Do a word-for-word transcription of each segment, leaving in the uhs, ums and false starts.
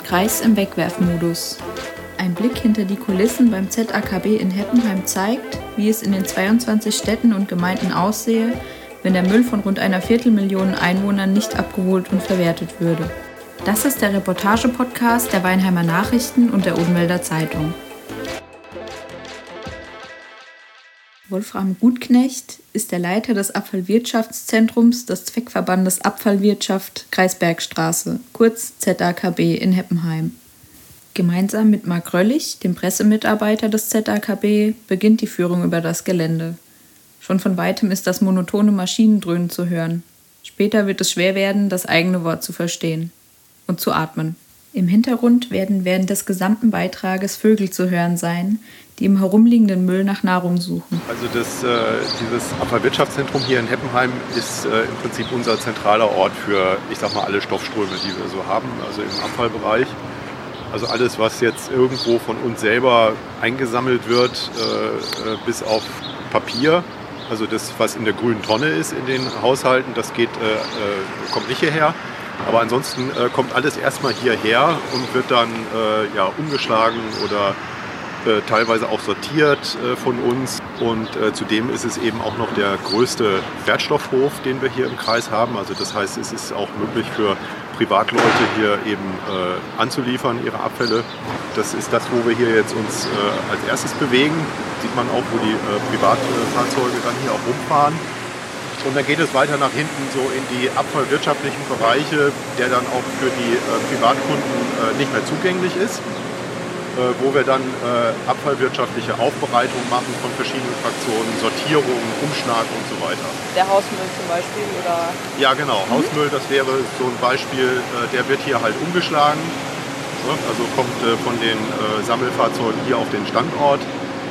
Kreis im Wegwerfmodus. Ein Blick hinter die Kulissen beim Z A K B in Heppenheim zeigt, wie es in den zweiundzwanzig Städten und Gemeinden aussehe, wenn der Müll von rund einer Viertelmillion Einwohnern nicht abgeholt und verwertet würde. Das ist der Reportage-Podcast der Weinheimer Nachrichten und der Odenwälder Zeitung. Wolfram Gutknecht ist der Leiter des Abfallwirtschaftszentrums des Zweckverbandes Abfallwirtschaft Kreis Bergstraße, kurz Z A K B in Heppenheim. Gemeinsam mit Marc Röllig, dem Pressemitarbeiter des Z A K B, beginnt die Führung über das Gelände. Schon von weitem ist das monotone Maschinendröhnen zu hören. Später wird es schwer werden, das eigene Wort zu verstehen und zu atmen. Im Hintergrund werden während des gesamten Beitrages Vögel zu hören sein, die im herumliegenden Müll nach Nahrung suchen. Also das, äh, dieses Abfallwirtschaftszentrum hier in Heppenheim ist äh, im Prinzip unser zentraler Ort für, ich sag mal, alle Stoffströme, die wir so haben, also im Abfallbereich. Also alles, was jetzt irgendwo von uns selber eingesammelt wird, äh, bis auf Papier, also das, was in der grünen Tonne ist in den Haushalten, das geht, äh, äh, kommt nicht hierher. Aber ansonsten äh, kommt alles erstmal hierher und wird dann äh, ja, umgeschlagen oder äh, teilweise auch sortiert äh, von uns. Und äh, zudem ist es eben auch noch der größte Wertstoffhof, den wir hier im Kreis haben. Also das heißt, es ist auch möglich für Privatleute hier eben äh, anzuliefern, ihre Abfälle. Das ist das, wo wir hier jetzt uns äh, als erstes bewegen. Sieht man auch, wo die äh, Privatfahrzeuge dann hier auch rumfahren. Und dann geht es weiter nach hinten so in die abfallwirtschaftlichen Bereiche, der dann auch für die äh, Privatkunden äh, nicht mehr zugänglich ist, äh, wo wir dann äh, abfallwirtschaftliche Aufbereitung machen von verschiedenen Fraktionen, Sortierung, Umschlag und so weiter. Der Hausmüll zum Beispiel, oder? Ja genau, mhm. Hausmüll, das wäre so ein Beispiel, äh, der wird hier halt umgeschlagen, ne? Also kommt äh, von den äh, Sammelfahrzeugen hier auf den Standort.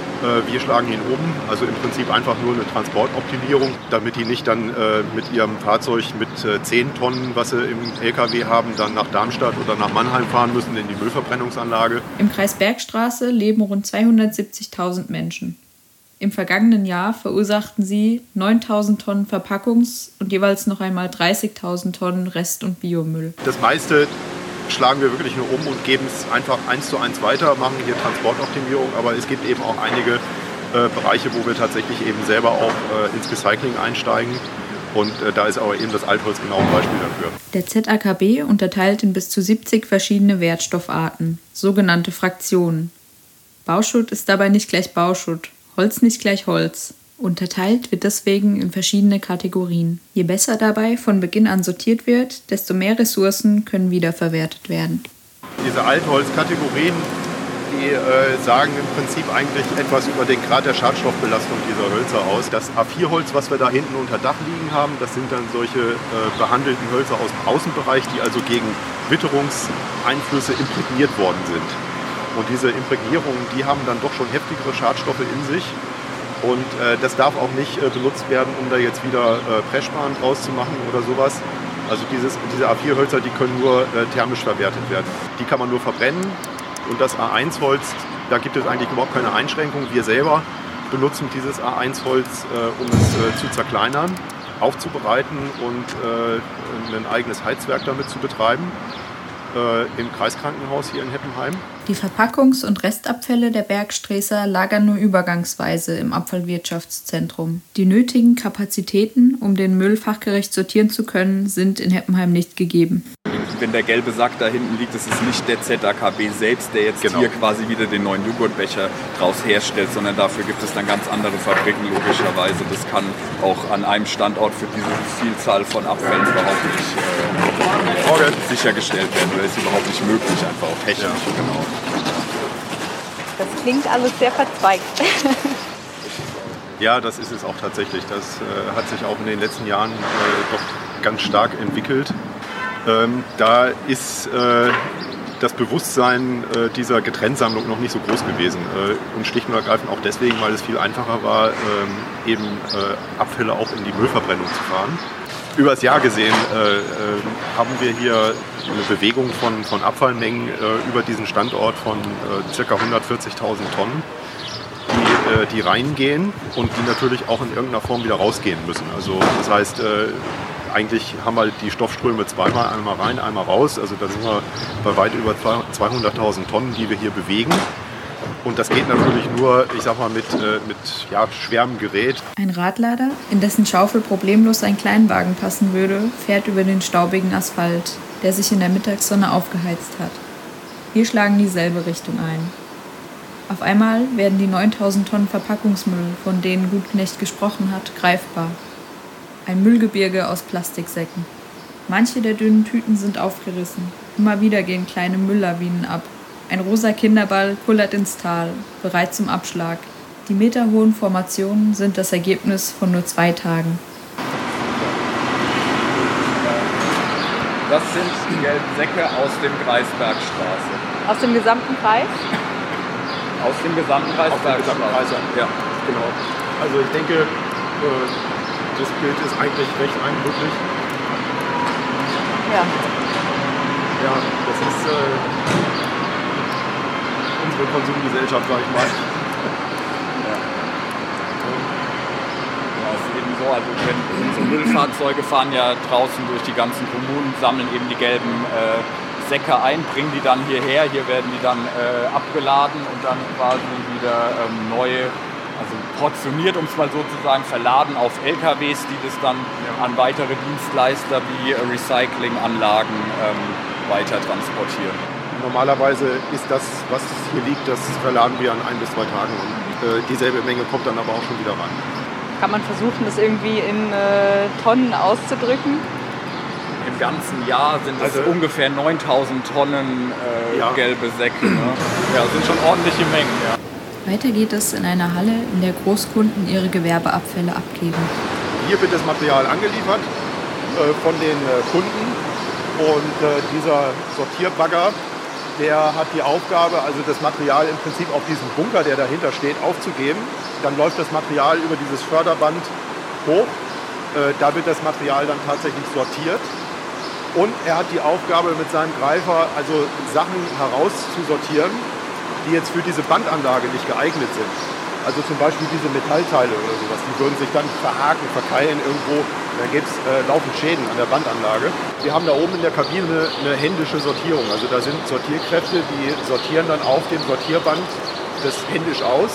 Wir schlagen ihn um, also im Prinzip einfach nur eine Transportoptimierung, damit die nicht dann äh, mit ihrem Fahrzeug mit äh, zehn Tonnen, was sie im L K W haben, dann nach Darmstadt oder nach Mannheim fahren müssen in die Müllverbrennungsanlage. Im Kreis Bergstraße leben rund zweihundertsiebzigtausend Menschen. Im vergangenen Jahr verursachten sie neuntausend Tonnen Verpackungs- und jeweils noch einmal dreißigtausend Tonnen Rest- und Biomüll. Das meiste schlagen wir wirklich nur um und geben es einfach eins zu eins weiter, machen hier Transportoptimierung, aber es gibt eben auch einige äh, Bereiche, wo wir tatsächlich eben selber auch äh, ins Recycling einsteigen und äh, da ist aber eben das Altholz genau ein Beispiel dafür. Der Z A K B unterteilt in bis zu siebzig verschiedene Wertstoffarten, sogenannte Fraktionen. Bauschutt ist dabei nicht gleich Bauschutt, Holz nicht gleich Holz. Unterteilt wird deswegen in verschiedene Kategorien. Je besser dabei von Beginn an sortiert wird, desto mehr Ressourcen können wiederverwertet werden. Diese Altholzkategorien, die äh, sagen im Prinzip eigentlich etwas über den Grad der Schadstoffbelastung dieser Hölzer aus. Das A vier Holz, was wir da hinten unter Dach liegen haben, das sind dann solche äh, behandelten Hölzer aus dem Außenbereich, die also gegen Witterungseinflüsse imprägniert worden sind. Und diese Imprägnierungen, die haben dann doch schon heftigere Schadstoffe in sich. Und äh, das darf auch nicht äh, benutzt werden, um da jetzt wieder äh, Pressspan draus zu machen oder sowas. Also dieses, diese A vier Hölzer, die können nur äh, thermisch verwertet werden. Die kann man nur verbrennen. Und das A eins Holz, da gibt es eigentlich überhaupt keine Einschränkung. Wir selber benutzen dieses A eins Holz, äh, um es äh, zu zerkleinern, aufzubereiten und äh, ein eigenes Heizwerk damit zu betreiben. Äh, im Kreiskrankenhaus hier in Heppenheim. Die Verpackungs- und Restabfälle der Bergsträßer lagern nur übergangsweise im Abfallwirtschaftszentrum. Die nötigen Kapazitäten, um den Müll fachgerecht sortieren zu können, sind in Heppenheim nicht gegeben. Wenn der gelbe Sack da hinten liegt, ist es nicht der Z A K B selbst, der jetzt genau hier quasi wieder den neuen Joghurtbecher draus herstellt, sondern dafür gibt es dann ganz andere Fabriken logischerweise. Das kann auch an einem Standort für diese Vielzahl von Abfällen überhaupt nicht äh, sichergestellt werden. Das ist überhaupt nicht möglich, einfach auch technisch. Ja. Genau. Das klingt alles sehr verzweigt. Ja, das ist es auch tatsächlich. Das äh, hat sich auch in den letzten Jahren äh, doch ganz stark entwickelt. Ähm, da ist äh, das Bewusstsein äh, dieser Getrenntsammlung noch nicht so groß gewesen. Äh, und schlicht und ergreifend auch deswegen, weil es viel einfacher war, ähm, eben äh, Abfälle auch in die Müllverbrennung zu fahren. Übers Jahr gesehen äh, äh, haben wir hier eine Bewegung von, von Abfallmengen äh, über diesen Standort von äh, ca. hundertvierzigtausend Tonnen, die, äh, die reingehen und die natürlich auch in irgendeiner Form wieder rausgehen müssen. Also das heißt, äh, eigentlich haben wir die Stoffströme zweimal, einmal rein, einmal raus. Also da sind wir bei weit über zweihunderttausend Tonnen, die wir hier bewegen. Und das geht natürlich nur, ich sag mal, mit, äh, mit ja, schwerem Gerät. Ein Radlader, in dessen Schaufel problemlos ein Kleinwagen passen würde, fährt über den staubigen Asphalt, der sich in der Mittagssonne aufgeheizt hat. Wir schlagen dieselbe Richtung ein. Auf einmal werden die neuntausend Tonnen Verpackungsmüll, von denen Gutknecht gesprochen hat, greifbar. Ein Müllgebirge aus Plastiksäcken. Manche der dünnen Tüten sind aufgerissen. Immer wieder gehen kleine Mülllawinen ab. Ein rosa Kinderball kullert ins Tal, bereit zum Abschlag. Die meterhohen Formationen sind das Ergebnis von nur zwei Tagen. Das sind die gelben Säcke aus dem Greisbergstraße. Aus dem gesamten Kreis? Aus dem gesamten Kreis. Aus dem gesamten Kreis, ja. Genau. Also ich denke, äh, das Bild ist eigentlich recht eindrücklich. Ja. Ja, das ist äh, unsere Konsumgesellschaft, sag ich mal. Ja. Ja, es ist eben so, also wenn unsere Müllfahrzeuge fahren ja draußen durch die ganzen Kommunen, sammeln eben die gelben äh, Säcke ein, bringen die dann hierher, hier werden die dann äh, abgeladen und dann quasi wieder ähm, neue, also portioniert, um es mal sozusagen, verladen auf L K Ws, die das dann ja. an weitere Dienstleister wie äh, Recyclinganlagen ähm, weiter transportieren. Normalerweise ist das, was hier liegt, das verladen wir an ein bis zwei Tagen und äh, dieselbe Menge kommt dann aber auch schon wieder rein. Kann man versuchen, das irgendwie in äh, Tonnen auszudrücken? Im ganzen Jahr sind es also ungefähr neuntausend Tonnen äh, ja. gelbe Säcke. Ne? Ja, das sind schon ordentliche Mengen. Ja. Weiter geht es in einer Halle, in der Großkunden ihre Gewerbeabfälle abgeben. Hier wird das Material angeliefert äh, von den äh, Kunden und äh, dieser Sortierbagger, der hat die Aufgabe, also das Material im Prinzip auf diesen Bunker, der dahinter steht, aufzugeben. Dann läuft das Material über dieses Förderband hoch. Äh, da wird das Material dann tatsächlich sortiert. Und er hat die Aufgabe, mit seinem Greifer also Sachen herauszusortieren, die jetzt für diese Bandanlage nicht geeignet sind. Also zum Beispiel diese Metallteile oder sowas, die würden sich dann verhaken, verkeilen irgendwo. Dann gibt es äh, laufend Schäden an der Bandanlage. Wir haben da oben in der Kabine eine händische Sortierung. Also da sind Sortierkräfte, die sortieren dann auf dem Sortierband das händisch aus.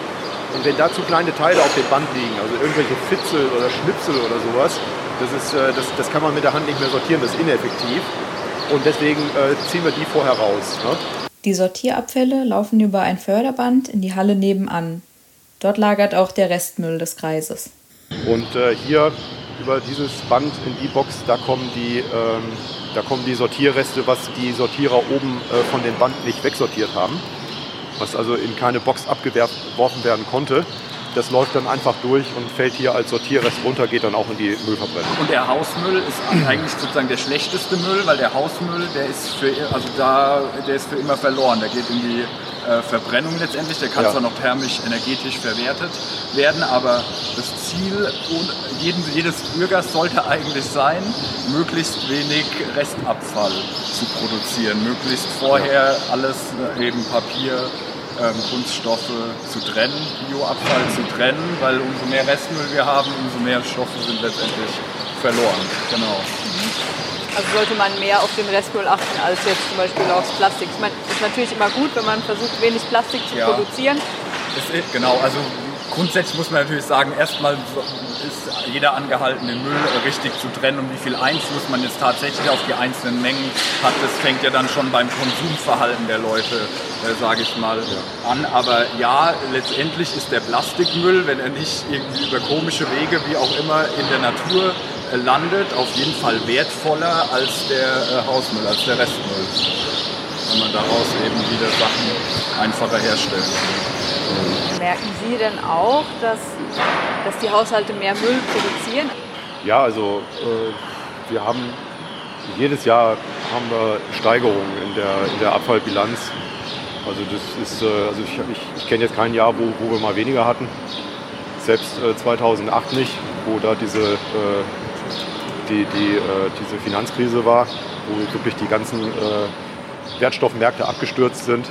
Und wenn da zu kleine Teile auf dem Band liegen, also irgendwelche Fitzel oder Schnipsel oder sowas, das, ist, äh, das, das kann man mit der Hand nicht mehr sortieren, das ist ineffektiv. Und deswegen äh, ziehen wir die vorher raus. Ne? Die Sortierabfälle laufen über ein Förderband in die Halle nebenan. Dort lagert auch der Restmüll des Kreises. Und äh, hier über dieses Band in die Box, da kommen die, ähm, da kommen die Sortierreste, was die Sortierer oben äh, von dem Band nicht wegsortiert haben. Was also in keine Box abgeworfen werden konnte. Das läuft dann einfach durch und fällt hier als Sortierrest runter, geht dann auch in die Müllverbrennung. Und der Hausmüll ist eigentlich sozusagen der schlechteste Müll, weil der Hausmüll, der ist für, also da, der ist für immer verloren. Der geht in die äh, Verbrennung letztendlich. Der kann ja. zwar noch thermisch, energetisch verwertet werden, aber das Ziel jeden, jedes Bürgers sollte eigentlich sein, möglichst wenig Restabfall zu produzieren. Möglichst vorher alles, eben Papier, Ähm, Kunststoffe zu trennen, Bioabfall zu trennen, weil umso mehr Restmüll wir haben, umso mehr Stoffe sind letztendlich verloren. Genau. Also sollte man mehr auf den Restmüll achten als jetzt zum Beispiel aufs Plastik. Ich meine, es ist natürlich immer gut, wenn man versucht, wenig Plastik zu ja. produzieren. Ist, genau, also grundsätzlich muss man natürlich sagen, erstmal ist jeder angehalten, den Müll richtig zu trennen und wie viel Einfluss man jetzt tatsächlich auf die einzelnen Mengen hat, das fängt ja dann schon beim Konsumverhalten der Leute, äh, sage ich mal, ja. an. Aber ja, letztendlich ist der Plastikmüll, wenn er nicht irgendwie über komische Wege, wie auch immer, in der Natur äh, landet, auf jeden Fall wertvoller als der äh, Hausmüll, als der Restmüll. Wenn man daraus eben wieder Sachen einfacher herstellt. Merken Sie denn auch, dass, dass die Haushalte mehr Müll produzieren? Ja, also äh, wir haben jedes Jahr haben wir Steigerungen in der, in der Abfallbilanz. Also das ist, äh, also ich, ich, ich kenne jetzt kein Jahr, wo, wo wir mal weniger hatten. Selbst äh, zweitausendacht nicht, wo da diese, äh, die, die, äh, diese Finanzkrise war, wo wirklich die ganzen äh, Wertstoffmärkte abgestürzt sind.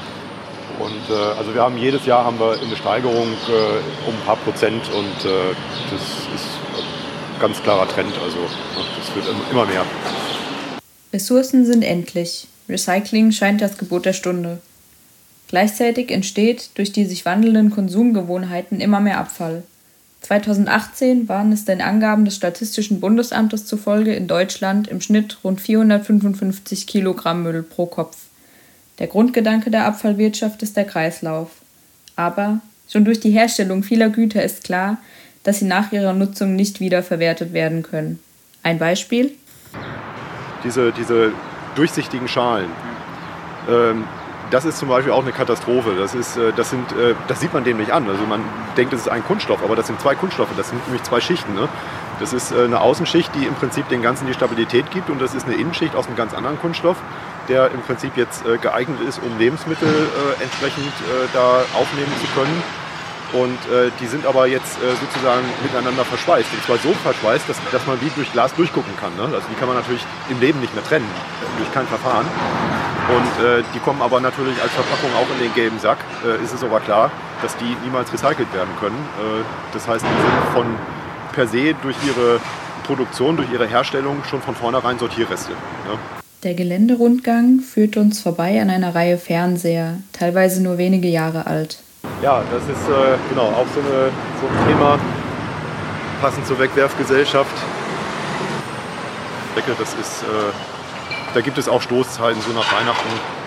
Und äh, also wir haben jedes Jahr haben wir eine Steigerung äh, um ein paar Prozent und äh, das ist ein ganz klarer Trend. Also, es wird immer mehr. Ressourcen sind endlich. Recycling scheint das Gebot der Stunde. Gleichzeitig entsteht durch die sich wandelnden Konsumgewohnheiten immer mehr Abfall. zweitausendachtzehn waren es den Angaben des Statistischen Bundesamtes zufolge in Deutschland im Schnitt rund vierhundertfünfundfünfzig Kilogramm Müll pro Kopf. Der Grundgedanke der Abfallwirtschaft ist der Kreislauf. Aber schon durch die Herstellung vieler Güter ist klar, dass sie nach ihrer Nutzung nicht wiederverwertet werden können. Ein Beispiel? Diese, diese durchsichtigen Schalen. Ähm, das ist zum Beispiel auch eine Katastrophe. Das, ist, das, sind, das sieht man dem nicht an. Also man denkt, es ist ein Kunststoff, aber das sind zwei Kunststoffe. Das sind nämlich zwei Schichten. Ne? Das ist eine Außenschicht, die im Prinzip den Ganzen die Stabilität gibt, und das ist eine Innenschicht aus einem ganz anderen Kunststoff, der im Prinzip jetzt geeignet ist, um Lebensmittel entsprechend da aufnehmen zu können. Und äh, die sind aber jetzt äh, sozusagen miteinander verschweißt. Und zwar so verschweißt, dass, dass man wie durch Glas durchgucken kann. Ne? Also die kann man natürlich im Leben nicht mehr trennen, durch kein Verfahren. Und äh, die kommen aber natürlich als Verpackung auch in den gelben Sack. Äh, ist es aber klar, dass die niemals recycelt werden können. Äh, das heißt, die sind von per se durch ihre Produktion, durch ihre Herstellung schon von vornherein Sortierreste. Ne? Der Geländerundgang führt uns vorbei an einer Reihe Fernseher, teilweise nur wenige Jahre alt. Ja, das ist äh, genau auch so, eine, so ein Thema, passend zur Wegwerfgesellschaft. Ich denke, das ist, äh, da gibt es auch Stoßzeiten, so nach Weihnachten,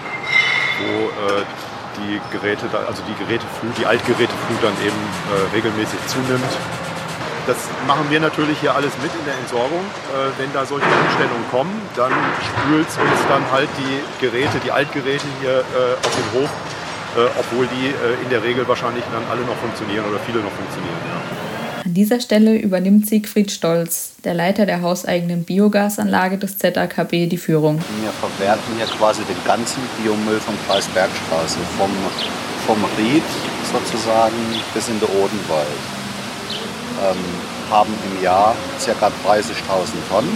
wo äh, die Geräte, also die Geräteflut, die Altgeräteflut dann eben äh, regelmäßig zunimmt. Das machen wir natürlich hier alles mit in der Entsorgung. Äh, wenn da solche Umstellungen kommen, dann spült es uns dann halt die Geräte, die Altgeräte hier äh, auf den Hof. Äh, obwohl die äh, in der Regel wahrscheinlich dann alle noch funktionieren oder viele noch funktionieren. Ja. An dieser Stelle übernimmt Siegfried Stolz, der Leiter der hauseigenen Biogasanlage des Z A K B, die Führung. Wir verwerten hier quasi den ganzen Biomüll vom Kreis Bergstraße, vom, vom Ried sozusagen bis in den Odenwald. Ähm, haben im Jahr ca. dreißigtausend Tonnen.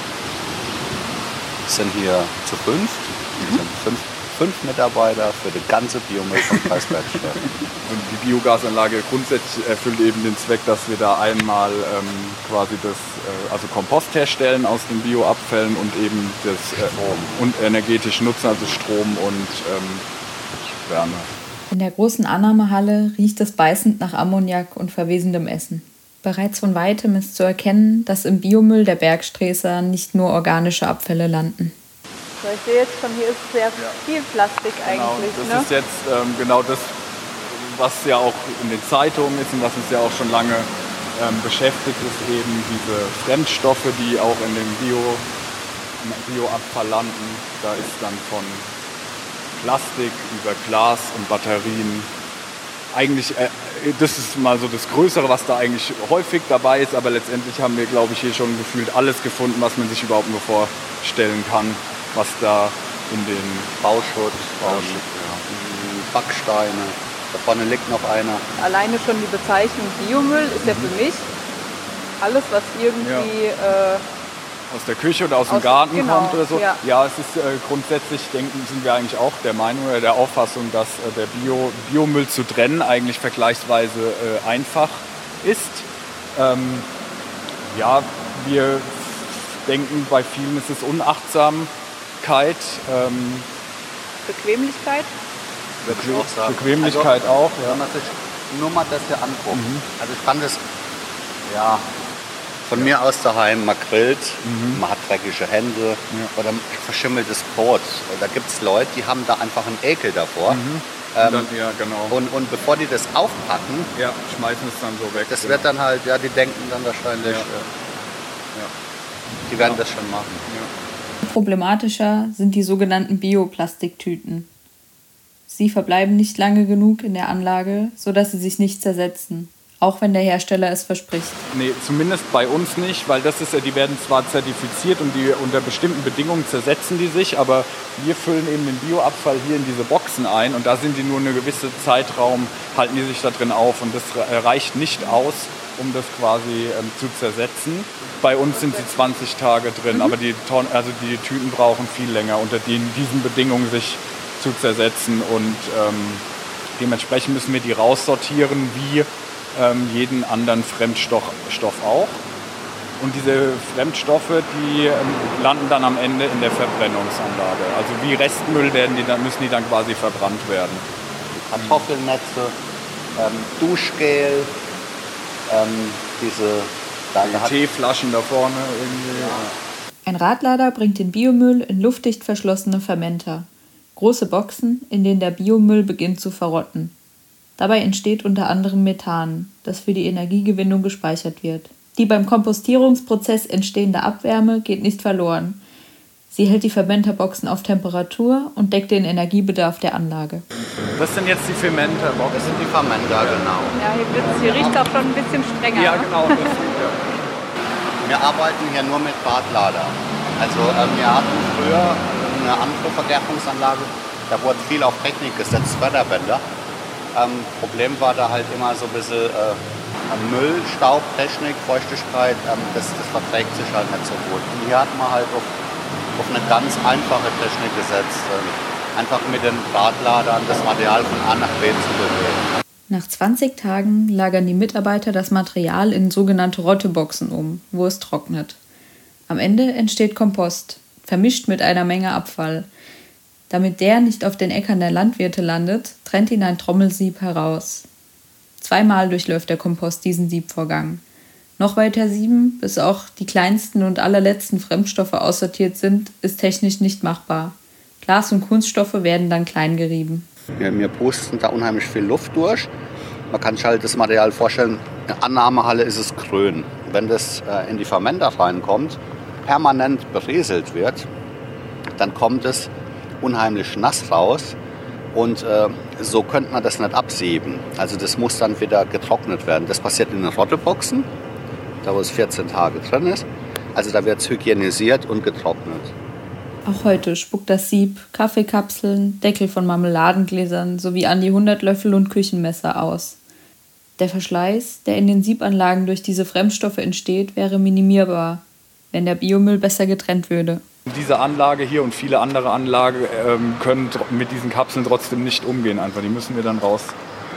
Sind hier zu fünf. Wir sind fünf. Fünf Mitarbeiter für den ganzen Biomüll vom Kreis Bergstraße. Und die Biogasanlage grundsätzlich erfüllt eben den Zweck, dass wir da einmal ähm, quasi das, äh, also Kompost herstellen aus den Bioabfällen und eben das äh, und energetisch nutzen, also Strom und ähm, Wärme. In der großen Annahmehalle riecht es beißend nach Ammoniak und verwesendem Essen. Bereits von weitem ist zu erkennen, dass im Biomüll der Bergsträßer nicht nur organische Abfälle landen. Ich sehe jetzt, von hier ist sehr viel Plastik eigentlich. Genau, das ne? ist jetzt ähm, genau das, was ja auch in den Zeitungen ist und was uns ja auch schon lange ähm, beschäftigt, ist eben diese Fremdstoffe, die auch in dem Bio, Bioabfall landen. Da ist dann von Plastik über Glas und Batterien. Eigentlich, äh, das ist mal so das Größere, was da eigentlich häufig dabei ist, aber letztendlich haben wir, glaube ich, hier schon gefühlt alles gefunden, was man sich überhaupt nur vorstellen kann, was da in den Bauschutt, Bauschutt ja. Backsteine, da vorne liegt noch einer. Alleine schon die Bezeichnung Biomüll ist ja für mich alles, was irgendwie ja. äh, aus der Küche oder aus, aus dem Garten genau, kommt oder so. Ja, ja es ist äh, grundsätzlich, denken, sind wir eigentlich auch der Meinung oder der Auffassung, dass äh, der Bio, Biomüll zu trennen eigentlich vergleichsweise äh, einfach ist. Ähm, ja, wir denken, bei vielen ist es unachtsam. Ähm, Bequemlichkeit? Würde ich auch sagen. Bequemlichkeit also, auch, ja. Wenn man sich nur mal das hier anguckt. Mhm. Also ich kann das, ja, von mir aus daheim, man grillt, mhm. man hat dreckige Hände ja. oder verschimmeltes Brot. Da gibt es Leute, die haben da einfach einen Ekel davor. Mhm. Ähm, dann, ja, genau. und, und bevor die das aufpacken, ja, schmeißen es dann so weg. Das genau. wird dann halt, ja, die denken dann wahrscheinlich, ja. Ja. die werden ja. das schon machen. Ja. Problematischer sind die sogenannten Bioplastiktüten. Sie verbleiben nicht lange genug in der Anlage, sodass sie sich nicht zersetzen, auch wenn der Hersteller es verspricht. Nee, zumindest bei uns nicht, weil das ist ja, die werden zwar zertifiziert und die unter bestimmten Bedingungen zersetzen die sich, aber wir füllen eben den Bioabfall hier in diese Boxen ein und da sind die nur eine gewisse Zeitraum, halten die sich da drin auf und das reicht nicht aus, um das quasi ähm, zu zersetzen. Bei uns sind sie zwanzig Tage drin, mhm. aber die, Ton- also die Tüten brauchen viel länger unter den, diesen Bedingungen sich zu zersetzen und ähm, dementsprechend müssen wir die raussortieren wie ähm, jeden anderen Fremdstoff Stoff auch. Und diese Fremdstoffe, die ähm, landen dann am Ende in der Verbrennungsanlage. Also wie Restmüll werden die dann, müssen die dann quasi verbrannt werden. Kartoffelnetze, ähm, Duschgel, ähm, diese die Teeflaschen da vorne irgendwie. Ja. Ein Radlader bringt den Biomüll in luftdicht verschlossene Fermenter. Große Boxen, in denen der Biomüll beginnt zu verrotten. Dabei entsteht unter anderem Methan, das für die Energiegewinnung gespeichert wird. Die beim Kompostierungsprozess entstehende Abwärme geht nicht verloren. Sie hält die Fermenterboxen auf Temperatur und deckt den Energiebedarf der Anlage. Das sind jetzt die Fermenterboxen? Das sind die Fermenter, genau. Ja, hier, wird's, hier riecht es auch schon ein bisschen strenger. Ja, genau. Das, ja. Wir arbeiten hier nur mit Radlader. Also ähm, wir hatten früher eine andere Vergärungsanlage, da wurde viel auf Technik gesetzt, Förderbänder. Ähm, Problem war da halt immer so ein bisschen äh, Müll, Staub, Technik, Feuchtigkeit, ähm, das, das verträgt sich halt nicht so gut. Und hier hat man halt auf, auf eine ganz einfache Technik gesetzt, ähm, einfach mit den Radladern das Material von A nach B zu bewegen. Nach zwanzig Tagen lagern die Mitarbeiter das Material in sogenannte Rotteboxen um, wo es trocknet. Am Ende entsteht Kompost, vermischt mit einer Menge Abfall. Damit der nicht auf den Äckern der Landwirte landet, trennt ihn ein Trommelsieb heraus. Zweimal durchläuft der Kompost diesen Siebvorgang. Noch weiter sieben, bis auch die kleinsten und allerletzten Fremdstoffe aussortiert sind, ist technisch nicht machbar. Glas und Kunststoffe werden dann klein gerieben. Wir, wir pusten da unheimlich viel Luft durch. Man kann sich halt das Material vorstellen, in der Annahmehalle ist es grün. Wenn das äh, in die Fermenter reinkommt, permanent berieselt wird, dann kommt es unheimlich nass raus und äh, so könnte man das nicht absieben. Also das muss dann wieder getrocknet werden. Das passiert in den Rotteboxen, da wo es vierzehn Tage drin ist. Also da wird es hygienisiert und getrocknet. Auch heute spuckt das Sieb Kaffeekapseln, Deckel von Marmeladengläsern sowie an die hundert Löffel und Küchenmesser aus. Der Verschleiß, der in den Siebanlagen durch diese Fremdstoffe entsteht, wäre minimierbar, wenn der Biomüll besser getrennt würde. Diese Anlage hier und viele andere Anlagen ähm, können mit diesen Kapseln trotzdem nicht umgehen. Einfach. Die müssen wir dann raussortieren.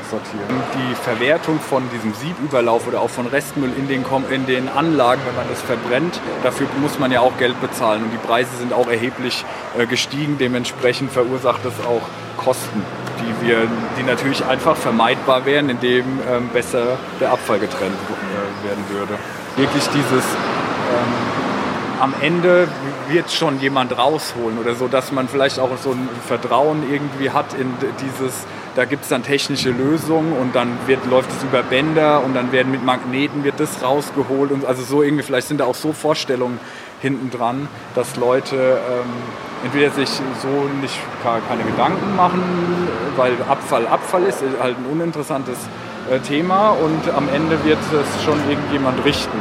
Die Verwertung von diesem Siebüberlauf oder auch von Restmüll in den, in den Anlagen, wenn man das verbrennt, dafür muss man ja auch Geld bezahlen. Und die Preise sind auch erheblich äh, gestiegen. Dementsprechend verursacht das auch Kosten, die, wir, die natürlich einfach vermeidbar wären, indem ähm, besser der Abfall getrennt äh, werden würde. Wirklich dieses... Ähm, Am Ende wird schon jemand rausholen oder so, dass man vielleicht auch so ein Vertrauen irgendwie hat in dieses, da gibt es dann technische Lösungen und dann wird, läuft es über Bänder und dann werden mit Magneten wird das rausgeholt und also so irgendwie, vielleicht sind da auch so Vorstellungen hinten dran, dass Leute ähm, entweder sich so nicht keine Gedanken machen, weil Abfall Abfall ist, halt ein uninteressantes äh, Thema und am Ende wird es schon irgendjemand richten.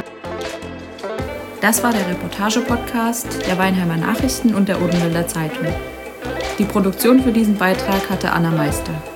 Das war der Reportage-Podcast der Weinheimer Nachrichten und der Odenwälder Zeitung. Die Produktion für diesen Beitrag hatte Anna Meister.